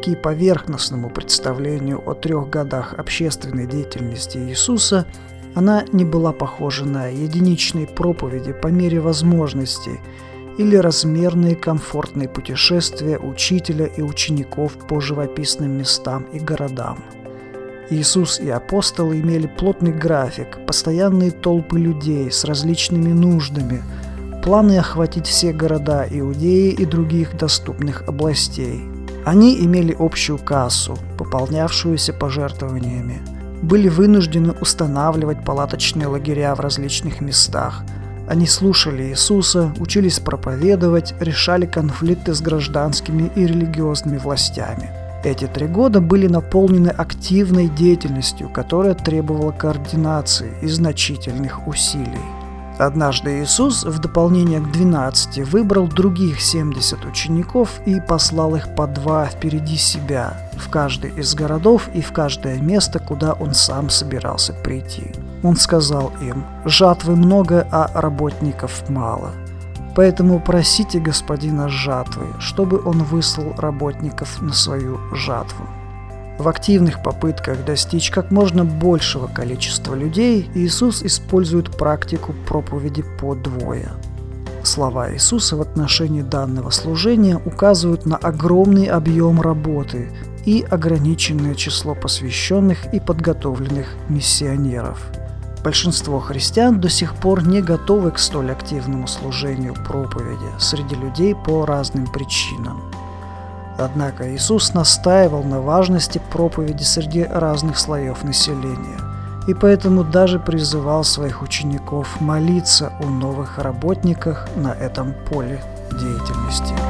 вопреки поверхностному представлению о 3 годах общественной деятельности Иисуса, она не была похожа на единичные проповеди по мере возможностей или размерные комфортные путешествия учителя и учеников по живописным местам и городам. Иисус и апостолы имели плотный график, постоянные толпы людей с различными нуждами, планы охватить все города Иудеи и других доступных областей. Они имели общую кассу, пополнявшуюся пожертвованиями, были вынуждены устанавливать палаточные лагеря в различных местах. Они слушали Иисуса, учились проповедовать, решали конфликты с гражданскими и религиозными властями. Эти 3 года были наполнены активной деятельностью, которая требовала координации и значительных усилий. Однажды Иисус, в дополнение к 12, выбрал других 70 учеников и послал их по 2 впереди себя, в каждый из городов и в каждое место, куда он сам собирался прийти. Он сказал им: «Жатвы много, а работников мало. Поэтому просите Господина жатвы, чтобы он выслал работников на свою жатву». В активных попытках достичь как можно большего количества людей Иисус использует практику проповеди по 2. Слова Иисуса в отношении данного служения указывают на огромный объем работы и ограниченное число посвященных и подготовленных миссионеров. Большинство христиан до сих пор не готовы к столь активному служению проповеди среди людей по разным причинам. Однако Иисус настаивал на важности проповеди среди разных слоев населения, и поэтому даже призывал своих учеников молиться о новых работниках на этом поле деятельности.